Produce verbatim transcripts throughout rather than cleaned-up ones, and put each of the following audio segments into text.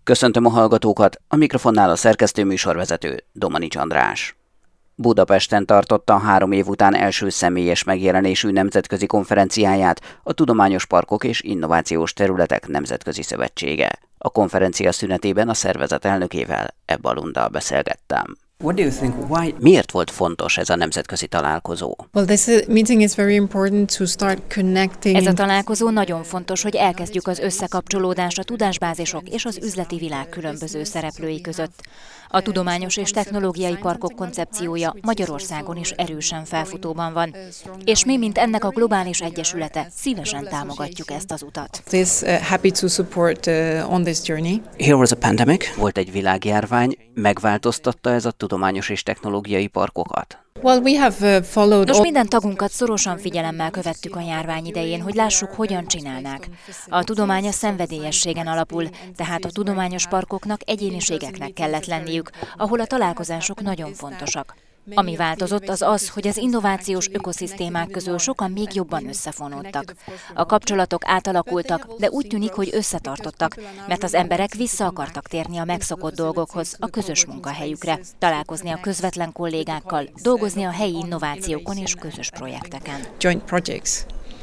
Köszöntöm a hallgatókat, a mikrofonnál a szerkesztő műsorvezető Domanics András. Budapesten tartotta három év után első személyes megjelenésű nemzetközi konferenciáját a Tudományos Parkok és Innovációs Területek Nemzetközi Szövetsége. A konferencia szünetében a szervezet elnökével, Ebba Lunddal beszélgettem. What do you think? Why? Miért volt fontos ez a nemzetközi találkozó? Well, this meeting is very important to start connecting. Ez a találkozó nagyon fontos, hogy elkezdjük az összekapcsolódást a tudásbázisok és az üzleti világ különböző szereplői között. A tudományos és technológiai parkok koncepciója Magyarországon is erősen felfutóban van, és mi, mint ennek a globális egyesülete, szívesen támogatjuk ezt az utat. This uh, happy to support uh, on this journey. Here was a pandemic. Volt egy világjárvány, megváltoztatta ez a tudományos és technológiai parkokat? Well, we have uh, followed Nos, all... minden tagunkat szorosan figyelemmel követtük a járvány idején, hogy lássuk, hogyan csinálnák. A tudomány a szenvedélyességen alapul, tehát a tudományos parkoknak egyéniségeknek kellett lenniük, ahol a találkozások nagyon fontosak. Ami változott, az az, hogy az innovációs ökoszisztémák közül sokan még jobban összefonódtak. A kapcsolatok átalakultak, de úgy tűnik, hogy összetartottak, mert az emberek vissza akartak térni a megszokott dolgokhoz, a közös munkahelyükre, találkozni a közvetlen kollégákkal, dolgozni a helyi innovációkon és közös projekteken. Joint projects.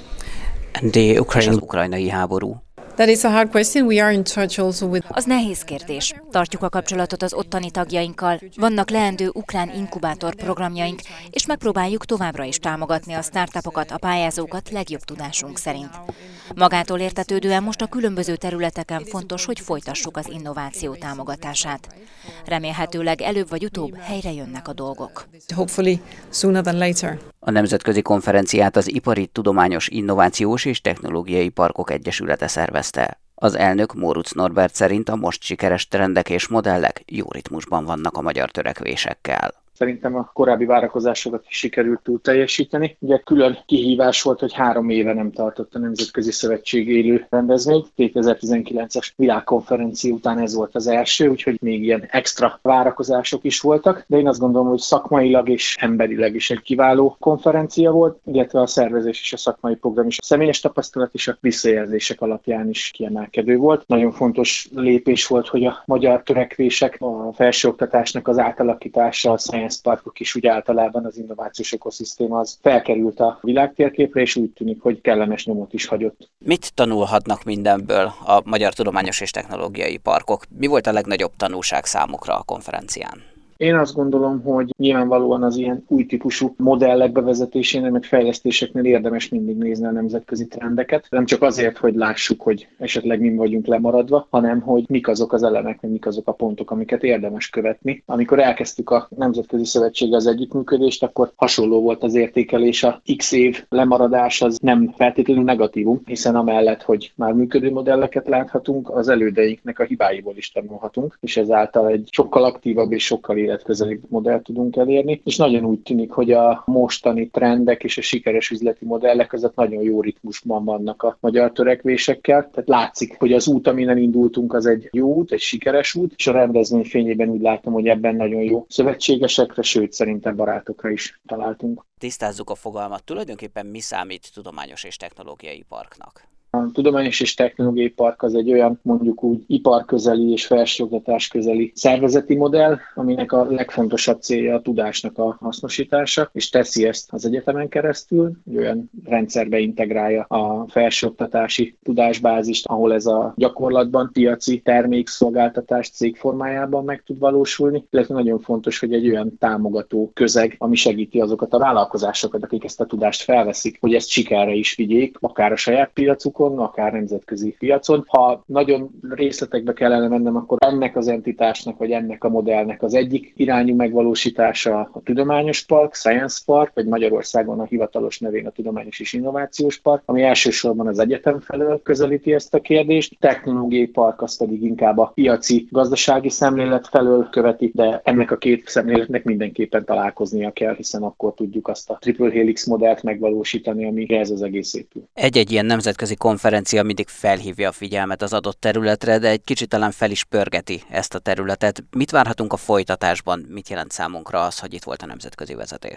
And the Ukraine... az ukrajnai háború. That is a hard question. We are in touch also with... Az nehéz kérdés. Tartjuk a kapcsolatot az ottani tagjainkkal, vannak leendő ukrán inkubátor programjaink, és megpróbáljuk továbbra is támogatni a startupokat, a pályázókat legjobb tudásunk szerint. Magától értetődően most a különböző területeken fontos, hogy folytassuk az innováció támogatását. Remélhetőleg előbb vagy utóbb helyre jönnek a dolgok. Hopefully sooner than later. A nemzetközi konferenciát az Ipari, Tudományos, Innovációs és Technológiai Parkok Egyesülete szervezte. Az elnök, Móricz Norbert szerint a most sikeres trendek és modellek jó ritmusban vannak a magyar törekvésekkel. Szerintem a korábbi várakozásokat is sikerült túl teljesíteni. Ugye külön kihívás volt, hogy három éve nem tartott a Nemzetközi Szövetség élő rendezvényt. kétezer-tizenkilences világkonferencia után ez volt az első, úgyhogy még ilyen extra várakozások is voltak. De én azt gondolom, hogy szakmailag és emberileg is egy kiváló konferencia volt, illetve a szervezés és a szakmai program is. A személyes tapasztalat és a visszajelzések alapján is kiemelkedő volt. Nagyon fontos lépés volt, hogy a magyar törekvések, a felsőoktatásnak az átalakítása, a science parkok is úgy általában az innovációs ökoszisztéma az felkerült a világtérképre, és úgy tűnik, hogy kellemes nyomot is hagyott. Mit tanulhatnak mindenből a magyar tudományos és technológiai parkok? Mi volt a legnagyobb tanulság számukra a konferencián? Én azt gondolom, hogy nyilvánvalóan az ilyen új típusú modellek bevezetésénél, meg fejlesztéseknél érdemes mindig nézni a nemzetközi trendeket. Nem csak azért, hogy lássuk, hogy esetleg mi vagyunk lemaradva, hanem hogy mik azok az elemek, meg mik azok a pontok, amiket érdemes követni. Amikor elkezdtük a Nemzetközi Szövetséggel az együttműködést, akkor hasonló volt az értékelés. A X év lemaradás az nem feltétlenül negatívum, hiszen amellett, hogy már működő modelleket láthatunk, az elődeinknek a hibáiból is tanulhatunk, és ezáltal egy sokkal aktívabb és sokkal életközeli modellt tudunk elérni, és nagyon úgy tűnik, hogy a mostani trendek és a sikeres üzleti modellek között nagyon jó ritmusban vannak a magyar törekvésekkel. Tehát látszik, hogy az út, amin indultunk, az egy jó út, egy sikeres út, és a rendezvény fényében úgy látom, hogy ebben nagyon jó szövetségesekre, sőt szerintem barátokra is találtunk. Tisztázzuk a fogalmat. Tulajdonképpen mi számít tudományos és technológiai parknak? A Tudományos és Technológiai Park az egy olyan, mondjuk úgy, iparközeli és felsőoktatás közeli szervezeti modell, aminek a legfontosabb célja a tudásnak a hasznosítása, és teszi ezt az egyetemen keresztül, egy olyan rendszerbe integrálja a felsőoktatási tudásbázist, ahol ez a gyakorlatban piaci termékszolgáltatás cég formájában meg tud valósulni, illetve nagyon fontos, hogy egy olyan támogató közeg, ami segíti azokat a vállalkozásokat, akik ezt a tudást felveszik, hogy ezt sikerre is vigyék, akár a saját piacukon, akár nemzetközi piacon. Ha nagyon részletekbe kellene mennem, akkor ennek az entitásnak, vagy ennek a modellnek az egyik irányú megvalósítása a Tudományos Park, Science Park, vagy Magyarországon a hivatalos nevén a Tudományos és Innovációs Park, ami elsősorban az egyetem felől közelíti ezt a kérdést. Technológiai park az pedig inkább a piaci, gazdasági szemlélet felől követi, de ennek a két szemléletnek mindenképpen találkoznia kell, hiszen akkor tudjuk azt a Triple Helix modellt megvalósítani, amire ez az egész épül. Egy-egy ilyen nemzetközi konferencia mindig felhívja a figyelmet az adott területre, de egy kicsit talán fel is pörgeti ezt a területet. Mit várhatunk a folytatásban? Mit jelent számunkra az, hogy itt volt a nemzetközi vezetés?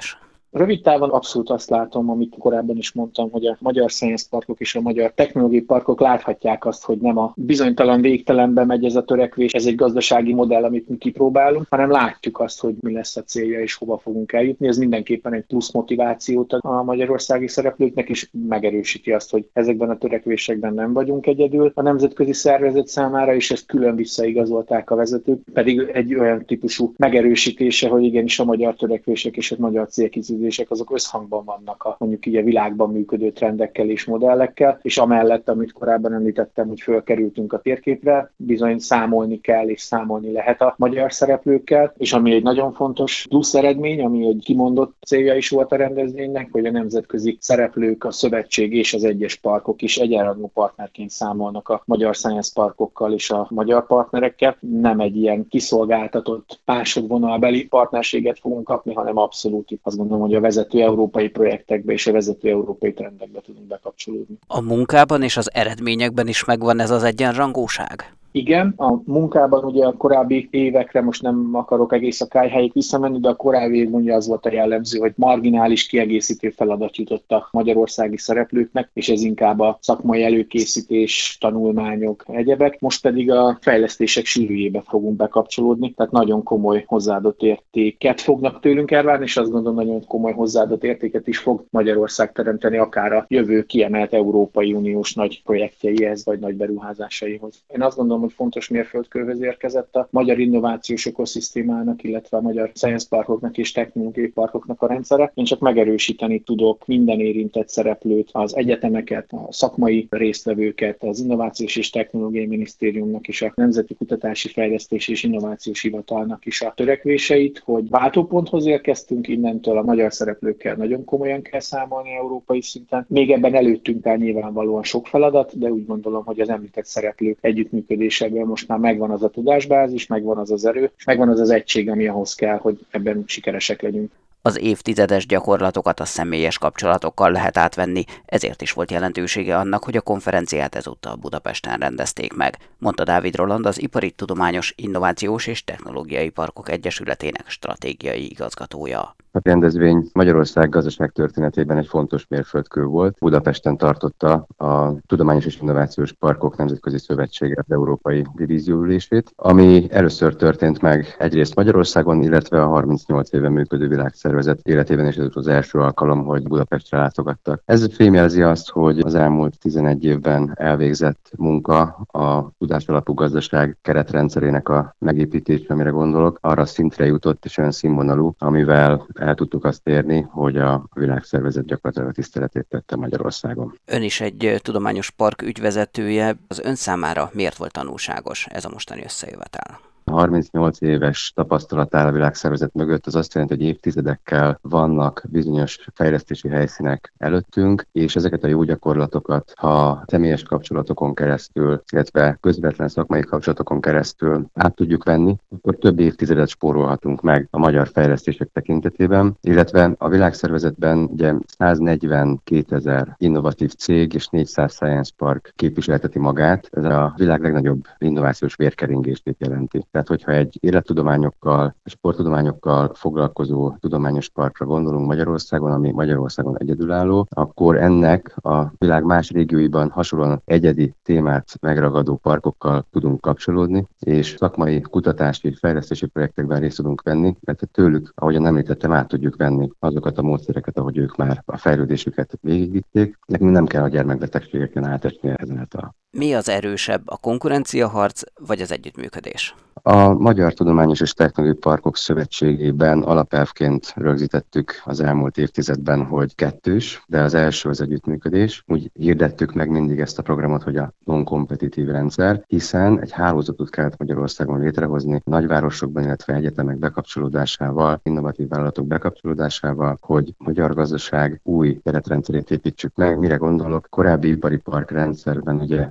Rövid távon abszolút azt látom, amit korábban is mondtam, hogy a magyar science parkok és a magyar technológiai parkok láthatják azt, hogy nem a bizonytalan végtelenbe megy ez a törekvés, ez egy gazdasági modell, amit mi kipróbálunk, hanem látjuk azt, hogy mi lesz a célja és hova fogunk eljutni. Ez mindenképpen egy plusz motivációt a magyarországi szereplőknek, és megerősíti azt, hogy ezekben a törekvésekben nem vagyunk egyedül a nemzetközi szervezet számára, és ezt külön visszaigazolták a vezetők, pedig egy olyan típusú megerősítése, hogy igenis a magyar törekvések és a magyar célkitűzések azok összhangban vannak a mondjuk így a világban működő trendekkel és modellekkel, és amellett, amit korábban említettem, hogy fölkerültünk a térképre, bizony számolni kell és számolni lehet a magyar szereplőkkel, és ami egy nagyon fontos plusz eredmény, ami egy kimondott célja is volt a rendezvénynek, hogy a nemzetközi szereplők, a szövetség és az egyes parkok is egyenrangú partnerként számolnak a magyar science parkokkal és a magyar partnerekkel. Nem egy ilyen kiszolgáltatott másodvonalbeli partnerséget fogunk kapni, hanem abszolút azt gondolom, hogy a vezető európai projektekbe és a vezető európai trendekbe tudunk bekapcsolódni. A munkában és az eredményekben is megvan ez az egyenrangúság? Igen, a munkában ugye a korábbi évekre most nem akarok egész a kályháig visszamenni, de a korábbi évben ugye az volt a jellemző, hogy marginális kiegészítő feladat jutott a magyarországi szereplőknek, és ez inkább a szakmai előkészítés, tanulmányok, egyebek. Most pedig a fejlesztések sűrűjébe fogunk bekapcsolódni, tehát nagyon komoly hozzáadott értéket fognak tőlünk elvárni, és azt gondolom, nagyon komoly hozzáadott értéket is fog Magyarország teremteni akár a jövő kiemelt Európai Uniós nagy projektjeihez, vagy nagy beruházásaihoz. Én azt gondolom, hogy fontos mérföldkőhöz érkezett a magyar innovációs ökoszisztémának, illetve a magyar science parkoknak és technológiai parkoknak a rendszere. Én csak megerősíteni tudok minden érintett szereplőt, az egyetemeket, a szakmai résztvevőket, az Innovációs és Technológiai Minisztériumnak és a Nemzeti Kutatási Fejlesztési és Innovációs Hivatalnak is a törekvéseit, hogy váltóponthoz érkeztünk, innentől a magyar szereplőkkel nagyon komolyan kell számolni európai szinten. Még ebben előttünk áll nyilvánvalóan sok feladat, de úgy gondolom, hogy az említett szereplők együttműködés most már megvan az a tudásbázis, megvan az az erő, és megvan az az egység, ami ahhoz kell, hogy ebben sikeresek legyünk. Az évtizedes gyakorlatokat a személyes kapcsolatokkal lehet átvenni, ezért is volt jelentősége annak, hogy a konferenciát ezúttal Budapesten rendezték meg, mondta Dávid Roland, az Ipari Tudományos Innovációs és Technológiai Parkok Egyesületének stratégiai igazgatója. A rendezvény Magyarország gazdaság történetében egy fontos mérföldkő volt. Budapesten tartotta a Tudományos és Innovációs Parkok Nemzetközi Szövetsége az európai divízióülését, ami először történt meg egyrészt Magyarországon, illetve a harmincnyolc éve működő világszervezet életében is ez az első alkalom, hogy Budapestre látogattak. Ez fémjelzi azt, hogy az elmúlt tizenegy évben elvégzett munka a tudásalapú gazdaság keretrendszerének a megépítése, amire gondolok, arra szintre jutott és olyan színvonalú, amivel el tudtuk azt érni, hogy a világszervezet gyakorlatilag a tiszteletét tette Magyarországon. Ön is egy tudományos park ügyvezetője. Az ön számára miért volt tanulságos ez a mostani összejövetel? harmincnyolc éves tapasztalat áll a világszervezet mögött, az azt jelenti, hogy évtizedekkel vannak bizonyos fejlesztési helyszínek előttünk, és ezeket a jó gyakorlatokat, ha személyes kapcsolatokon keresztül, illetve közvetlen szakmai kapcsolatokon keresztül át tudjuk venni, akkor több évtizedet spórolhatunk meg a magyar fejlesztések tekintetében, illetve a világszervezetben ugye száznegyvenkétezer innovatív cég és négyszáz science park képviselteti magát, ez a világ legnagyobb innovációs vérkeringését jelenti. Tehát, hogyha egy élettudományokkal, sporttudományokkal foglalkozó tudományos parkra gondolunk Magyarországon, ami Magyarországon egyedülálló, akkor ennek a világ más régióiban hasonlóan egyedi témát megragadó parkokkal tudunk kapcsolódni, és szakmai kutatási, fejlesztési projektekben részt tudunk venni, mert tőlük, ahogyan említettem, át tudjuk venni azokat a módszereket, ahogy ők már a fejlődésüket végigvitték. Nekünk nem kell a gyermekbetegségeken átesni ezen a. Mi az erősebb, a konkurenciaharc vagy az együttműködés? A Magyar Tudományos és Technológiai Parkok Szövetségében alapelvként rögzítettük az elmúlt évtizedben, hogy kettős, de az első az együttműködés. Úgy hirdettük meg mindig ezt a programot, hogy a non-kompetitív rendszer, hiszen egy hálózatot kellett Magyarországon létrehozni, nagyvárosokban, illetve egyetemek bekapcsolódásával, innovatív vállalatok bekapcsolódásával, hogy magyar gazdaság új keretrendszerét építsük meg. Mire gondolok? Korábbi ipari parkrendszerben ugye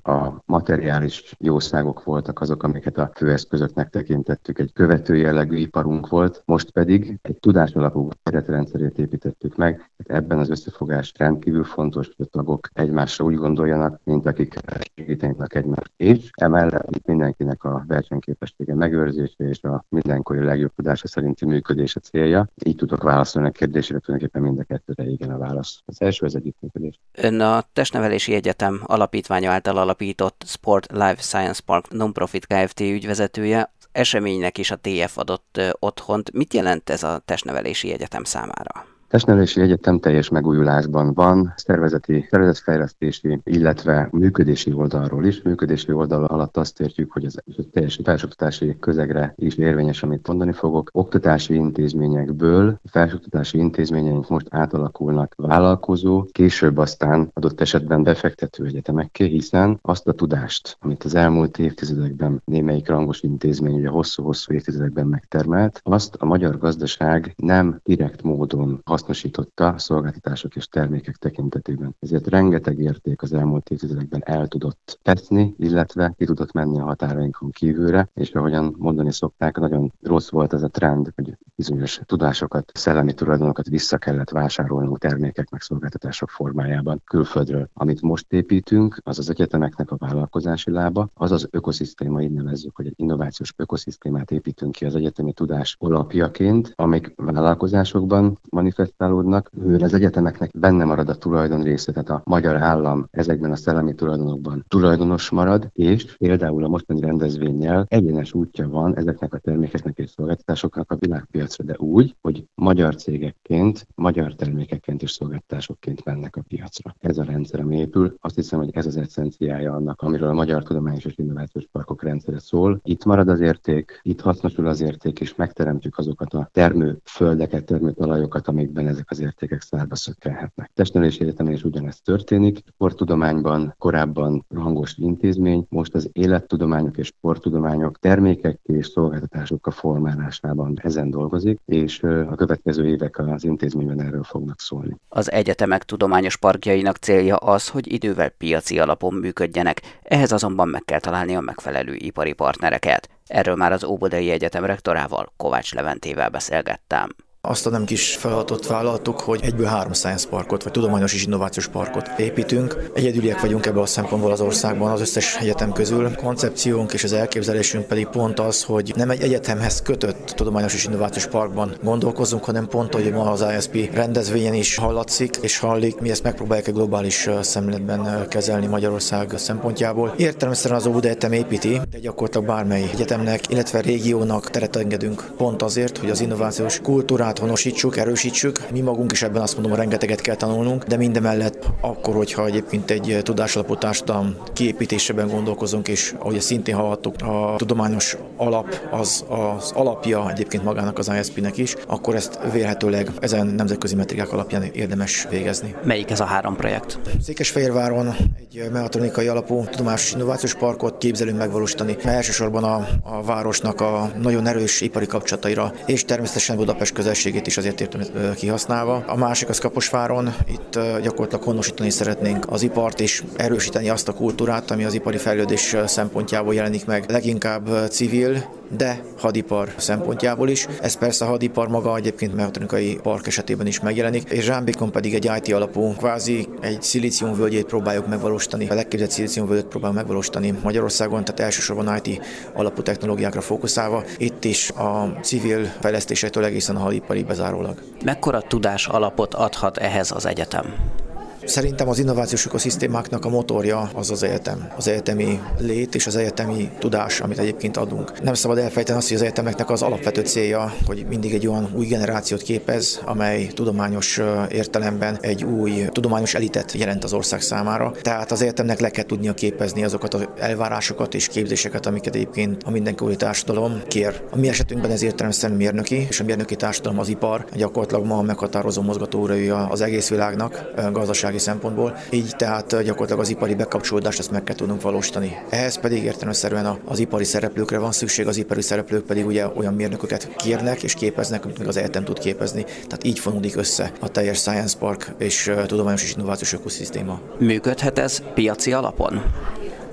a materiális jószágok voltak azok, amiket a főeszközöknek tekintettük. Egy követő jellegű iparunk volt, most pedig egy tudásalapú keretrendszerét építettük meg. Ebben az összefogás rendkívül fontos, hogy a tagok egymásra úgy gondoljanak, mint akik segítenek egymást. És emellett mindenkinek a versenyképessége megőrzése és a mindenkori legjobb tudása szerinti működése célja. Így tudok válaszolni a kérdésére, tulajdonképpen mind a kettőre igen a válasz. Az első az együttműködés. Ön a Testnevelési Egyetem alapítványa által alapított Sport Life Science Park Non-Profit Kft. Ügyvezetője. Az eseménynek is a té ef adott otthont. Mit jelent ez a Testnevelési Egyetem számára? Testnevelési Egyetem teljes megújulásban van, szervezeti, szervezetfejlesztési, illetve működési oldalról is. Működési oldal alatt azt értjük, hogy ez teljes felsőoktatási közegre is érvényes, amit mondani fogok. Oktatási intézményekből felsőoktatási intézményeink most átalakulnak vállalkozó, később aztán adott esetben befektető egyetemekké, hiszen azt a tudást, amit az elmúlt évtizedekben némelyik rangos intézmény ugye hosszú-hosszú évtizedekben megtermelt, azt a magyar gazdaság nem direkt módon hasznosította szolgáltatások és termékek tekintetében. Ezért rengeteg érték az elmúlt évtizedekben el tudott teszni, illetve ki tudott menni a határainkon kívülre, és ahogyan mondani szokták, nagyon rossz volt ez a trend, hogy bizonyos tudásokat, szellemi tulajdonokat vissza kellett vásárolnunk termékek meg szolgáltatások formájában külföldről. Amit most építünk, az az egyetemeknek a vállalkozási lába, az az ökoszisztéma, így nevezzük, hogy egy innovációs ökoszisztémát építünk ki az egyetemi tudás alapjaként, amik vállalkozásokban manifestálódnak. Az egyetemeknek benne marad a tulajdon része, tehát a magyar állam ezekben a szellemi tulajdonokban tulajdonos marad, és például a mostani rendezvénnyel egyenes útja van ezeknek a termékeknek és szolgáltatásoknak a világpiacra, de úgy, hogy magyar cégekként, magyar termékekként és szolgáltatásokként mennek a piacra. Ez a rendszer, ami épül, azt hiszem, hogy ez az eszenciája annak, amiről a Magyar Tudományos és Innovációs Parkok rendszere szól. Itt marad az érték, itt hasznosul az érték, és megteremtjük azokat a termőföldeket, termőtalajokat, amikben ezek az értékek szárba szökkelhetnek. Testnevelési Egyetemen is ugyanezt történik. Sporttudományban korábban rangos intézmény, most az élettudományok és sporttudományok termékek és szolgáltatások a formálásában ezen dolgozik, és a következő évek az intézményben erről fognak szólni. Az egyetemek tudományos parkjainak célja az, hogy idővel piaci alapon működjenek, ehhez azonban meg kell találni a megfelelő ipari partnereket. Erről már az Óbudai Egyetem rektorával, Kovács Leventével beszélgettem. Azt a nem kis feladatot vállaltuk, hogy egyből három science parkot, vagy tudományos és innovációs parkot építünk. Egyedüliek vagyunk ebben a szempontból az országban, az összes egyetem közül. A koncepciónk és az elképzelésünk pedig pont az, hogy nem egy egyetemhez kötött tudományos és innovációs parkban gondolkozunk, hanem pont, hogy ma az i es pé rendezvényen is hallatszik és hallik. Mi ezt megpróbáljuk egy globális szemléletben kezelni Magyarország szempontjából. Értelemszerűen az Óbudai Egyetem építi, de gyakorlatilag bármely egyetemnek, illetve régiónak teret engedünk pont azért, hogy az innovációs kultúrát honosítsuk, erősítsük. Mi magunk is ebben azt mondom, rengeteget kell tanulnunk, de mindemellett akkor, hogyha egyébként egy tudásalapú társadalom kiépítésében gondolkozunk, és ahogy szintén hallhattuk, a tudományos alap az az alapja egyébként magának az i es pé-nek is, akkor ezt vélhetőleg ezen nemzetközi metrikák alapján érdemes végezni. Melyik ez a három projekt? Székesfehérváron egy mechatronikai alapú tudományos innovációs parkot képzelünk megvalósítani. Elsősorban a, a városnak a nagyon erős ipari kapcsolataira, és természetesen Budapest közelségét is azért értem kihasználva. A másik az Kaposváron, itt gyakorlatilag honosítani szeretnénk az ipart és erősíteni azt a kultúrát, ami az ipari fejlődés szempontjából jelenik meg. Leginkább civil, de hadipar szempontjából is. Ez persze a hadipar maga egyébként mechatronikai park esetében is megjelenik, és Zsámbékon pedig egy i té alapú, kvázi egy szilíciumvölgyét próbáljuk megvalósítani, a legképzett szilíciumvölgyet próbáljuk megvalósítani Magyarországon, tehát elsősorban i té alapú technológiákra fókuszálva, itt is a civil fejlesztésektől egészen a hadipari bezárólag. Mekkora tudás alapot adhat ehhez az egyetem? Szerintem az innovációs ökoszisztémáknak a motorja az az egyetem. Az egyetemi lét és az egyetemi tudás, amit egyébként adunk. Nem szabad elfejteni azt, hogy az egyetemeknek az alapvető célja, hogy mindig egy olyan új generációt képez, amely tudományos értelemben egy új tudományos elitet jelent az ország számára. Tehát az egyetemnek le kell tudnia képezni azokat az elvárásokat és képzéseket, amiket egyébként a mindenkori társadalom kér. A mi esetünkben ez értelemszerűen mérnöki, és a mérnöki társadalom az ipar, gyakorlatilag ma a meghatározó mozgatóerője az egész világnak, gazdasági szempontból, így tehát gyakorlatilag az ipari bekapcsolódást ezt meg kell tudnunk valósítani. Ehhez pedig értelemszerűen az ipari szereplőkre van szükség, az ipari szereplők pedig ugye olyan mérnököket kérnek és képeznek, amit meg az egyetem tud képezni. Tehát így fonódik össze a teljes Science Park és tudományos és innovációs ökoszisztéma. Működhet ez piaci alapon?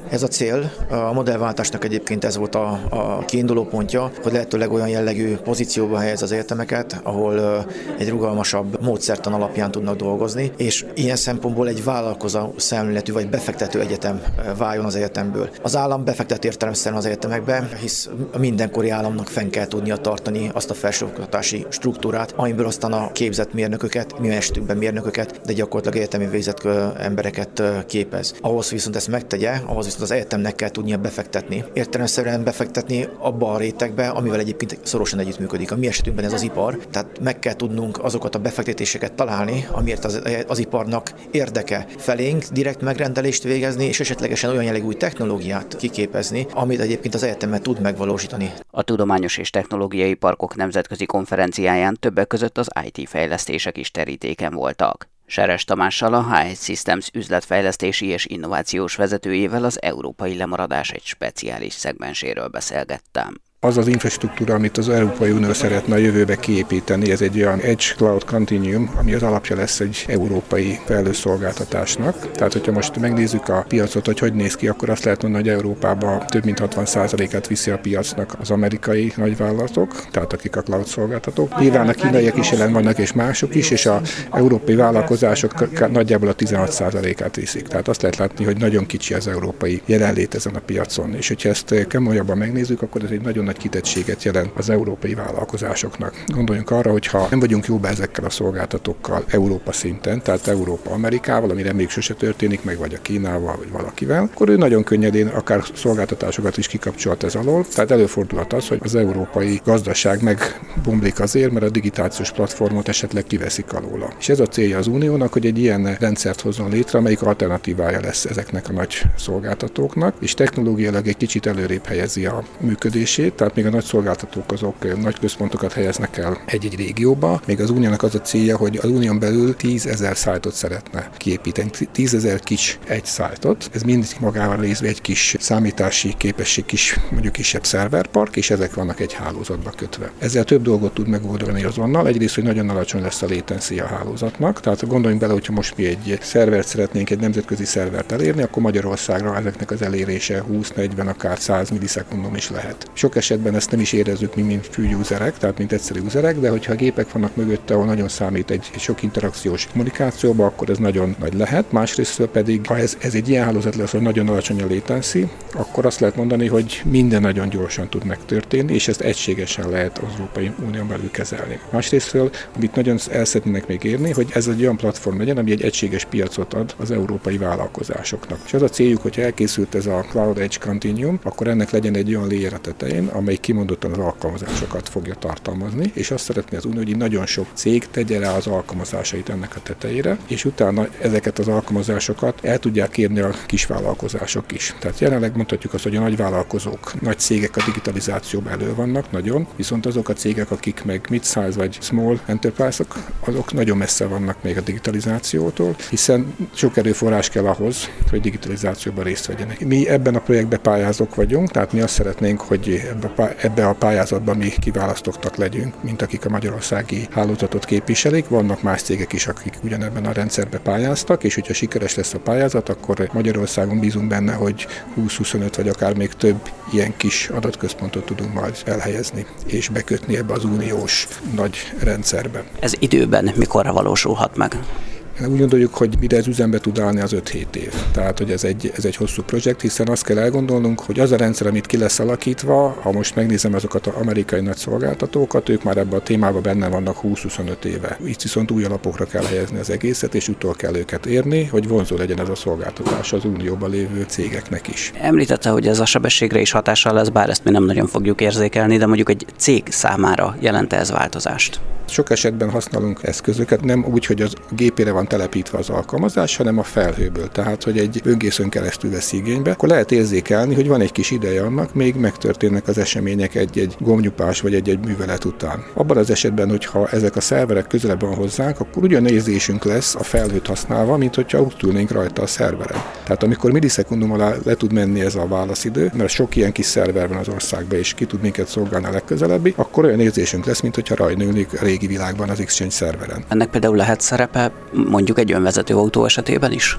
Ez a cél, a modellváltásnak egyébként ez volt a, a kiinduló pontja, hogy lehetőleg olyan jellegű pozícióba helyez az egyetemeket, ahol egy rugalmasabb módszertan alapján tudnak dolgozni, és ilyen szempontból egy vállalkozó szemléletű vagy befektető egyetem váljon az egyetemből. Az állam befektet értelemszerűen az egyetemekbe, hisz mindenkori államnak fenn kell tudnia tartani azt a felsőoktatási struktúrát, amiből aztán a képzett mérnököket, mi esetünkben mérnököket, de gyakorlatilag egyetemi végzett embereket képez. Ahhoz viszont ezt megtegye, ahhoz viszont az egyetemnek kell tudnia befektetni. Értelemszerűen befektetni abba a rétegbe, amivel egyébként szorosan együttműködik. A mi esetünkben ez az ipar, tehát meg kell tudnunk azokat a befektetéseket találni, amiért az, az iparnak érdeke felénk direkt megrendelést végezni, és esetlegesen olyan jellegű új technológiát kiképezni, amit egyébként az egyetemet tud megvalósítani. A Tudományos és Technológiai Parkok nemzetközi konferenciáján többek között az i té fejlesztések is terítéken voltak. Seres Tamással, a há egy Systems üzletfejlesztési és innovációs vezetőjével az európai lemaradás egy speciális szegmenséről beszélgettem. Az az infrastruktúra, amit az Európai Unió szeretne a jövőbe kiépíteni, ez egy olyan Edge Cloud Continuum, ami az alapja lesz egy európai felhőszolgáltatásnak. Tehát, hogyha most megnézzük a piacot, hogy hogy néz ki, akkor azt lehet mondani, hogy Európában több mint hatvan százalékát viszi a piacnak az amerikai nagyvállalatok, tehát akik a cloud szolgáltatók. Nyilván a kínaiak is jelen vannak, és mások is, és az európai vállalkozások nagyjából a tizenhat százalékát viszik. Tehát azt lehet látni, hogy nagyon kicsi az európai jelenlét ezen a piacon. És hogyha ezt komolyabban megnézzük, akkor ez egy nagyon nagy kitettséget jelent az európai vállalkozásoknak. Gondoljunk arra, hogy ha nem vagyunk jóba ezekkel a szolgáltatókkal Európa szinten, tehát Európa Amerikával, ami reméljük sose történik meg, vagy a Kínával, vagy valakivel, akkor ő nagyon könnyedén akár szolgáltatásokat is kikapcsolt ez alól. Tehát előfordulhat az, hogy az európai gazdaság megbomlik azért, mert a digitációs platformot esetleg kiveszik alóla. És ez a célja az Uniónak, hogy egy ilyen rendszert hozzon létre, amelyik alternatívája lesz ezeknek a nagy szolgáltatóknak, és technológiailag egy kicsit előrébb helyezi a működését. Tehát még a nagy szolgáltatók azok nagy központokat helyeznek el egy-egy régióba, még az Uniónak az a célja, hogy az Unión belül tízezer szájtot szeretne kiépíteni, tízezer kis egy szájtot. Ez mind magával részve egy kis számítási képesség, kis, mondjuk kisebb szerverpark, és ezek vannak egy hálózatba kötve. Ezzel több dolgot tud megoldani azonnal. Egyrészt, hogy nagyon alacsony lesz a latency a hálózatnak, tehát gondoljunk bele, hogyha most mi egy szervert szeretnénk, egy nemzetközi szervert elérni, akkor Magyarországra ezeknek az elérése húsz, negyven, akár száz millisekundum is lehet. Sok esetben ezt nem is érezzük mi, mint fő userek, tehát mint egyszerű userek, de hogyha a gépek vannak mögötte, ahol nagyon számít egy, egy sok interakciós kommunikációba, akkor ez nagyon nagy lehet. Másrészt pedig, ha ez, ez egy ilyen hálózat lesz, hogy nagyon alacsony a latency, akkor azt lehet mondani, hogy minden nagyon gyorsan tud megtörténni, és ezt egységesen lehet az Európai Unión belül kezelni. Másrésztről, amit nagyon el szeretnének még érni, hogy ez egy olyan platform legyen, ami egy egységes piacot ad az európai vállalkozásoknak. És az a céljuk, hogyha elkészült ez a Cloud Edge Continuum, akkor ennek legyen egy olyan layer a tetején, amely kimondottan az alkalmazásokat fogja tartalmazni, és azt szeretné az Unió, hogy nagyon sok cég tegye rá az alkalmazásait ennek a tetejére, és utána ezeket az alkalmazásokat el tudják érni a kisvállalkozások is. Tehát jelenleg mondhatjuk azt, hogy a nagyvállalkozók, nagy cégek a digitalizációban elő vannak nagyon, viszont azok a cégek, akik meg mid-size vagy small enterprise-ok, azok nagyon messze vannak még a digitalizációtól, hiszen sok erőforrás kell ahhoz, hogy digitalizációban részt vegyenek. Mi ebben a projektben pályázók vagyunk, tehát mi azt szeretnénk, hogy ebbe a pályázatban mi kiválasztottak legyünk, mint akik a magyarországi hálózatot képviselik. Vannak más cégek is, akik ugyanebben a rendszerben pályáztak, és hogyha sikeres lesz a pályázat, akkor Magyarországon bízunk benne, hogy húsz-huszonöt vagy akár még több ilyen kis adatközpontot tudunk majd elhelyezni, és bekötni ebbe az uniós nagy rendszerbe. Ez időben mikorra valósulhat meg? Úgy gondoljuk, hogy mire ez üzembe tud állni, az öt-hét év. Tehát, hogy ez egy, ez egy hosszú projekt, hiszen azt kell elgondolnunk, hogy az a rendszer, amit ki lesz alakítva, ha most megnézem azokat az amerikai nagy szolgáltatókat, ők már ebben a témában benne vannak húsz-huszonöt éve. Itt viszont új alapokra kell helyezni az egészet, és utol kell őket érni, hogy vonzó legyen ez a szolgáltatás az unióban lévő cégeknek is. Említette, hogy ez a sebességre is hatással lesz, bár ezt mi nem nagyon fogjuk érzékelni, de mondjuk egy cég számára jelent-e ez változást? Sok esetben használunk eszközöket, nem úgy, hogy az gépére van telepítve az alkalmazás, hanem a felhőből. Tehát, hogy egy böngészőn keresztül vesz igénybe, akkor lehet érzékelni, hogy van egy kis ideje annak, még megtörténnek az események egy-egy gombnyupás vagy egy-egy művelet után. Abban az esetben, hogyha ezek a szerverek közelebb van hozzánk, akkor ugyan érzésünk lesz a felhőt használva, mint hogyha ott ülnénk rajta a szerveren. Tehát amikor millisekundum alá le tud menni ez a válaszidő, mert sok ilyen kis szerver van az országban, és ki tud minket szolgálni a legközelebbi, akkor olyan érzésünk lesz, mint hogyha rajta ülnénk a régi világban az Exchange szerveren. Ennek például lehet szerepe mondjuk egy önvezető autó esetében is?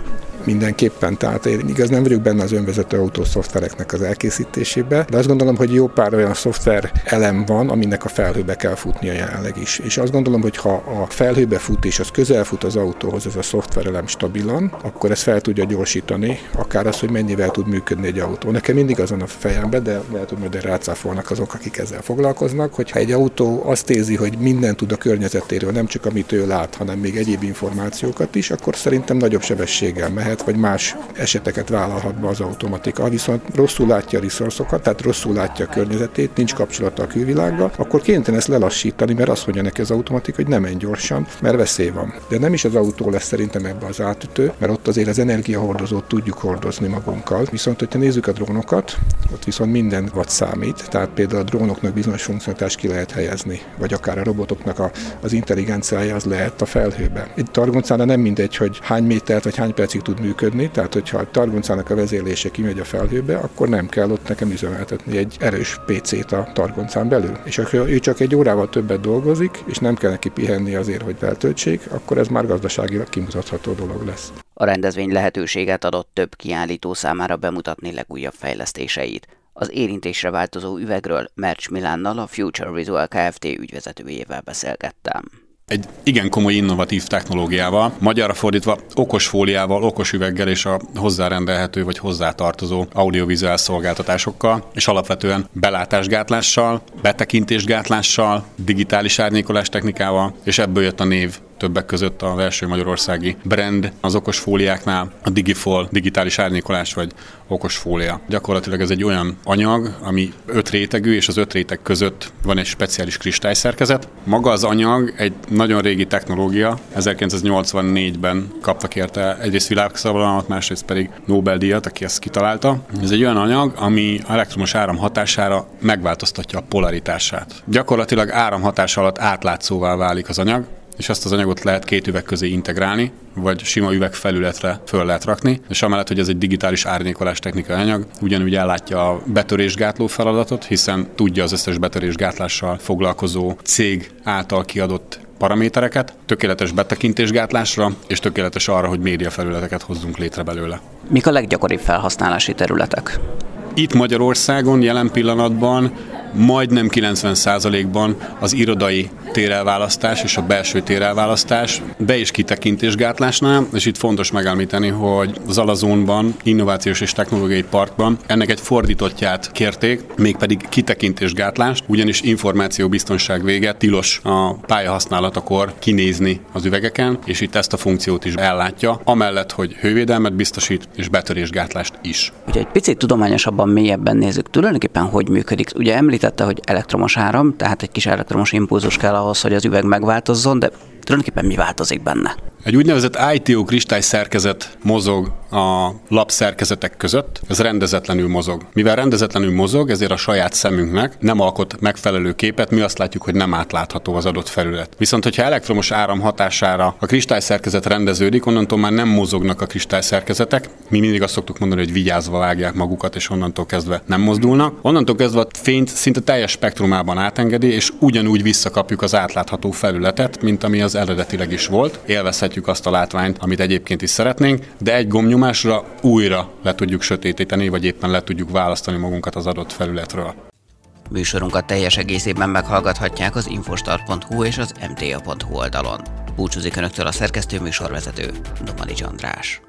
mindenképpen. Tehát én igaz nem vagyok benne az önvezető autó szoftvereknek az elkészítésébe, de azt gondolom, hogy jó pár olyan szoftver elem van, aminek a felhőbe kell futnia jelenleg is. És azt gondolom, hogy ha a felhőbe fut és az közel fut az autóhoz, ez a szoftverelem stabilan, akkor ez fel tudja gyorsítani, akár az, hogy mennyivel tud működni egy autó. Nekem mindig azon a fejembe, de lehet, hogy majd rácáfolnak azok, akik ezzel foglalkoznak, hogy ha egy autó azt érzi, hogy mindent tud a környezetéről, nem csak amit ő lát, hanem még egyéb információkat is, akkor szerintem nagyobb sebességgel mehet, vagy más eseteket vállalhat be az automatika. Ha viszont rosszul látja a resource-okat, tehát rosszul látja a környezetét, nincs kapcsolata a külvilággal, akkor kénytelen ezt lelassítani, mert azt mondja neki az automatika, hogy nem menj gyorsan, mert veszély van. De nem is az autó lesz szerintem ebbe az átütő, mert ott azért az energiahordozót tudjuk hordozni magunkkal. Viszont, hogyha nézzük a drónokat, ott viszont minden vagy számít, tehát például a drónoknak bizonyos funkcionalitást ki lehet helyezni, vagy akár a robotoknak a, az intelligenciája az lehet a felhőbe. Egy targoncára nem mindegy, hogy hány métert vagy hány percig tud működni, tehát hogyha a targoncának a vezérlése kimegy a felhőbe, akkor nem kell ott nekem üzemeltetni egy erős pé cét a targoncán belül. És akkor ő csak egy órával többet dolgozik, és nem kell neki pihenni azért, hogy feltöltsék, akkor ez már gazdaságilag kimutatható dolog lesz. A rendezvény lehetőséget adott több kiállító számára bemutatni legújabb fejlesztéseit. Az érintésre változó üvegről Mercs Milánnal, a Future Visual Kft. Ügyvezetőjével beszélgettem. Egy igen komoly innovatív technológiával, magyarra fordítva okos fóliával, okos üveggel és a hozzárendelhető vagy hozzátartozó audiovizuális szolgáltatásokkal, és alapvetően belátásgátlással, betekintésgátlással, digitális árnyékolás technikával, és ebből jött a név. Többek között az első magyarországi brand az okos fóliáknál, a Digifol, digitális árnyékolás vagy okos fólia. Gyakorlatilag ez egy olyan anyag, ami öt rétegű, és az öt réteg között van egy speciális kristályszerkezet. Maga az anyag egy nagyon régi technológia, ezerkilencszáznyolcvannégyben kaptak érte egyrészt világszabadalmat, másrészt pedig Nobel-díjat, aki ezt kitalálta. Ez egy olyan anyag, ami elektromos áram hatására megváltoztatja a polaritását. Gyakorlatilag áramhatás alatt átlátszóvá válik az anyag, és azt az anyagot lehet két üveg közé integrálni, vagy sima üvegfelületre föl lehet rakni, és amellett, hogy ez egy digitális árnyékolás technikai anyag, ugyanúgy ellátja a betörésgátló feladatot, hiszen tudja az összes betörésgátlással foglalkozó cég által kiadott paramétereket, tökéletes betekintésgátlásra, és tökéletes arra, hogy médiafelületeket hozzunk létre belőle. Mik a leggyakoribb felhasználási területek? Itt Magyarországon jelen pillanatban majdnem kilencven százalékban az irodai térelválasztás és a belső térelválasztás be- és kitekintésgátlásnál, és itt fontos megemlíteni, hogy az Alazónban, Innovációs és Technológiai Parkban ennek egy fordítottját kérték, mégpedig kitekintésgátlást, ugyanis információbiztonság véget tilos a pályahasználatakor kinézni az üvegeken, és itt ezt a funkciót is ellátja, amellett, hogy hővédelmet biztosít és betörésgátlást is. Ugye egy picit tudományosabban, mélyebben nézzük, tulajdonképpen hogy működik. Ugye említette, hogy elektromos áram, tehát egy kis elektromos impulzus kell ahhoz, hogy az üveg megváltozzon, de tulajdonképpen mi változik benne? Egy úgynevezett I T O kristály szerkezet mozog a lapszerkezetek között, ez rendezetlenül mozog. Mivel rendezetlenül mozog, ezért a saját szemünknek nem alkot megfelelő képet, mi azt látjuk, hogy nem átlátható az adott felület. Viszont, hogyha elektromos áram hatására a kristályszerkezet rendeződik, onnantól már nem mozognak a kristályszerkezetek. Mi mindig azt szoktuk mondani, hogy vigyázva vágják magukat, és onnantól kezdve nem mozdulnak. Onnantól kezdve a fényt szinte teljes spektrumában átengedi, és ugyanúgy visszakapjuk az átlátható felületet, mint ami az eredetileg is volt. Élvezhetjük azt a látványt, amit egyébként is szeretnénk, de egy gombnyomásra újra le tudjuk sötétíteni, vagy éppen le tudjuk választani magunkat az adott felületről. Műsorunkat teljes egészében meghallgathatják az infostart pont hu és az em té á pont hu oldalon. Búcsúzik Önöktől a szerkesztő műsorvezető, Domanics András.